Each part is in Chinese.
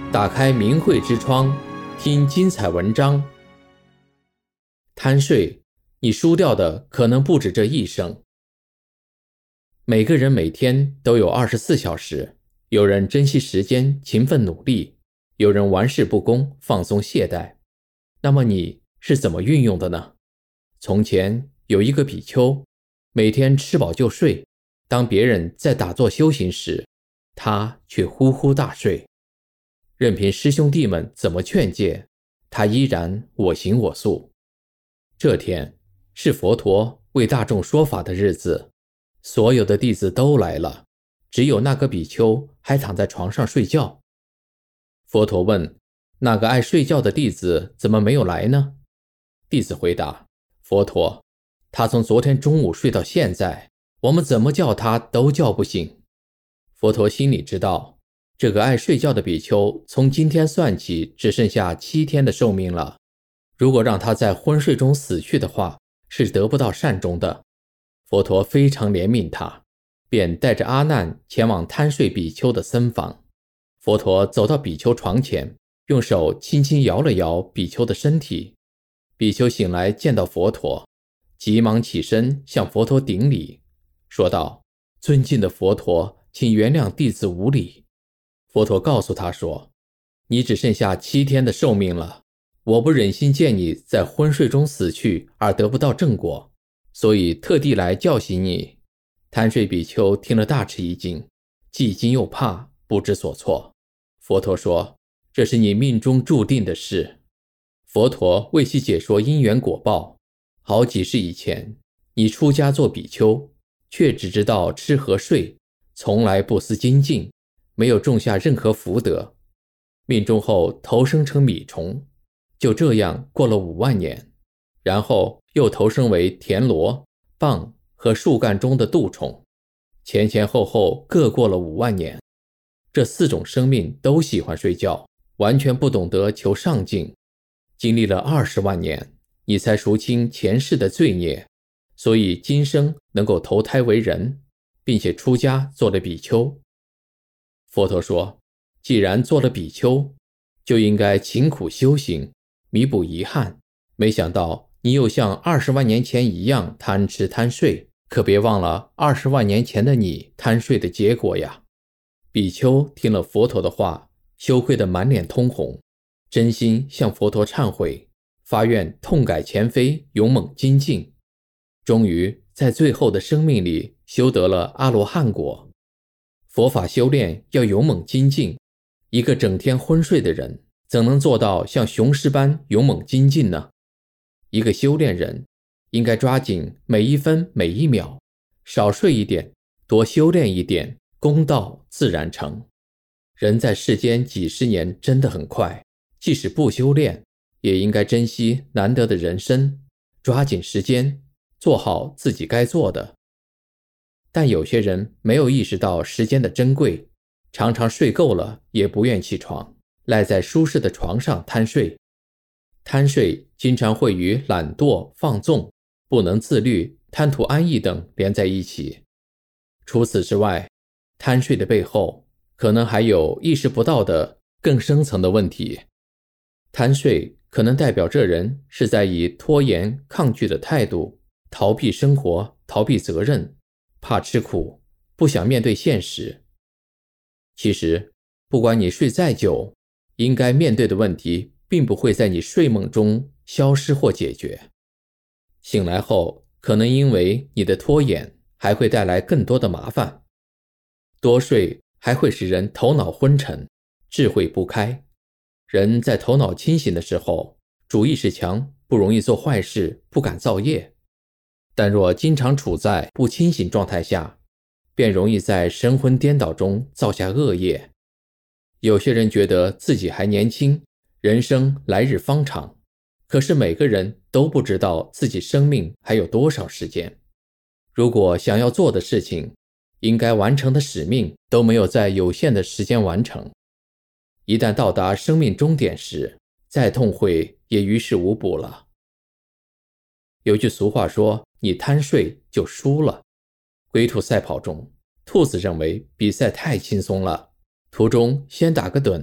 打开明慧之窗，听精彩文章。贪睡，你输掉的可能不止这一生。每个人每天都有24小时，有人珍惜时间，勤奋努力，有人玩世不恭，放松懈怠。那么你是怎么运用的呢？从前有一个比丘，每天吃饱就睡，当别人在打坐修行时，他却呼呼大睡。任凭师兄弟们怎么劝诫，他依然我行我素。这天是佛陀为大众说法的日子，所有的弟子都来了，只有那个比丘还躺在床上睡觉。佛陀问，那个爱睡觉的弟子怎么没有来呢？弟子回答，佛陀，他从昨天中午睡到现在，我们怎么叫他都叫不醒。佛陀心里知道，这个爱睡觉的比丘从今天算起只剩下7天的寿命了，如果让他在昏睡中死去的话，是得不到善终的。佛陀非常怜悯他，便带着阿难前往贪睡比丘的僧房。佛陀走到比丘床前，用手轻轻摇了摇比丘的身体。比丘醒来见到佛陀，急忙起身向佛陀顶礼，说道，尊敬的佛陀，请原谅弟子无礼。佛陀告诉他说，你只剩下7天的寿命了，我不忍心见你在昏睡中死去而得不到正果，所以特地来叫醒你。贪睡比丘听了大吃一惊，既惊又怕，不知所措。佛陀说，这是你命中注定的事。佛陀为其解说因缘果报，好几世以前，你出家做比丘，却只知道吃和睡，从来不思精进，没有种下任何福德。命中后投生成米虫，就这样过了5万年，然后又投生为田螺、蚌和树干中的蠹虫，前前后后各过了5万年。这4种生命都喜欢睡觉，完全不懂得求上进。经历了20万年，你才赎清前世的罪孽，所以今生能够投胎为人，并且出家做了比丘。佛陀说，既然做了比丘，就应该勤苦修行，弥补遗憾。没想到你又像20万年前一样贪吃贪睡，可别忘了20万年前的你贪睡的结果呀。比丘听了佛陀的话，羞愧得满脸通红，真心向佛陀忏悔，发愿痛改前非，勇猛精进。终于在最后的生命里修得了阿罗汉果。佛法修炼要勇猛精进，一个整天昏睡的人，怎能做到像雄狮般勇猛精进呢？一个修炼人，应该抓紧每一分每一秒，少睡一点，多修炼一点，功道自然成。人在世间几十年真的很快，即使不修炼，也应该珍惜难得的人生，抓紧时间，做好自己该做的。但有些人没有意识到时间的珍贵，常常睡够了也不愿起床，赖在舒适的床上贪睡。贪睡经常会与懒惰、放纵、不能自律、贪图安逸等连在一起。除此之外，贪睡的背后可能还有意识不到的更深层的问题。贪睡可能代表这人是在以拖延、抗拒的态度逃避生活、逃避责任，怕吃苦，不想面对现实。其实，不管你睡再久，应该面对的问题并不会在你睡梦中消失或解决。醒来后，可能因为你的拖延，还会带来更多的麻烦。多睡还会使人头脑昏沉，智慧不开。人在头脑清醒的时候，主意识强，不容易做坏事，不敢造业。但若经常处在不清醒状态下，便容易在神魂颠倒中造下恶业。有些人觉得自己还年轻，人生来日方长，可是每个人都不知道自己生命还有多少时间。如果想要做的事情，应该完成的使命都没有在有限的时间完成，一旦到达生命终点时，再痛悔也于事无补了。有句俗话说，你贪睡就输了。龟兔赛跑中，兔子认为比赛太轻松了，途中先打个盹，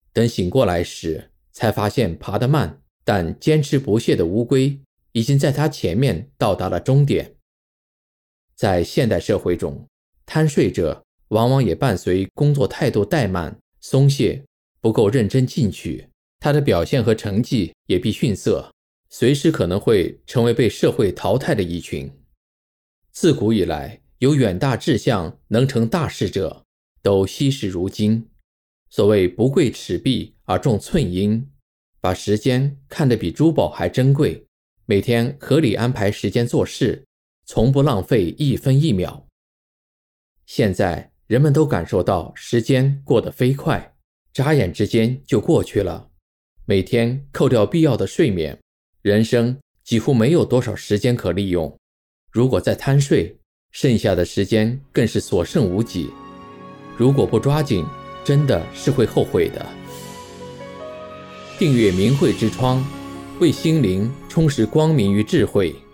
等醒过来时，才发现爬得慢但坚持不懈的乌龟已经在他前面到达了终点。在现代社会中，贪睡者往往也伴随工作态度怠慢、松懈，不够认真进取，他的表现和成绩也必逊色，随时可能会成为被社会淘汰的一群。自古以来，有远大志向、能成大事者，都惜时如金。所谓不贵尺璧而重寸阴，把时间看得比珠宝还珍贵，每天合理安排时间做事，从不浪费一分一秒。现在人们都感受到时间过得飞快，眨眼之间就过去了。每天扣掉必要的睡眠，人生几乎没有多少时间可利用。如果再贪睡，剩下的时间更是所剩无几。如果不抓紧，真的是会后悔的。订阅明慧之窗，为心灵充实光明与智慧。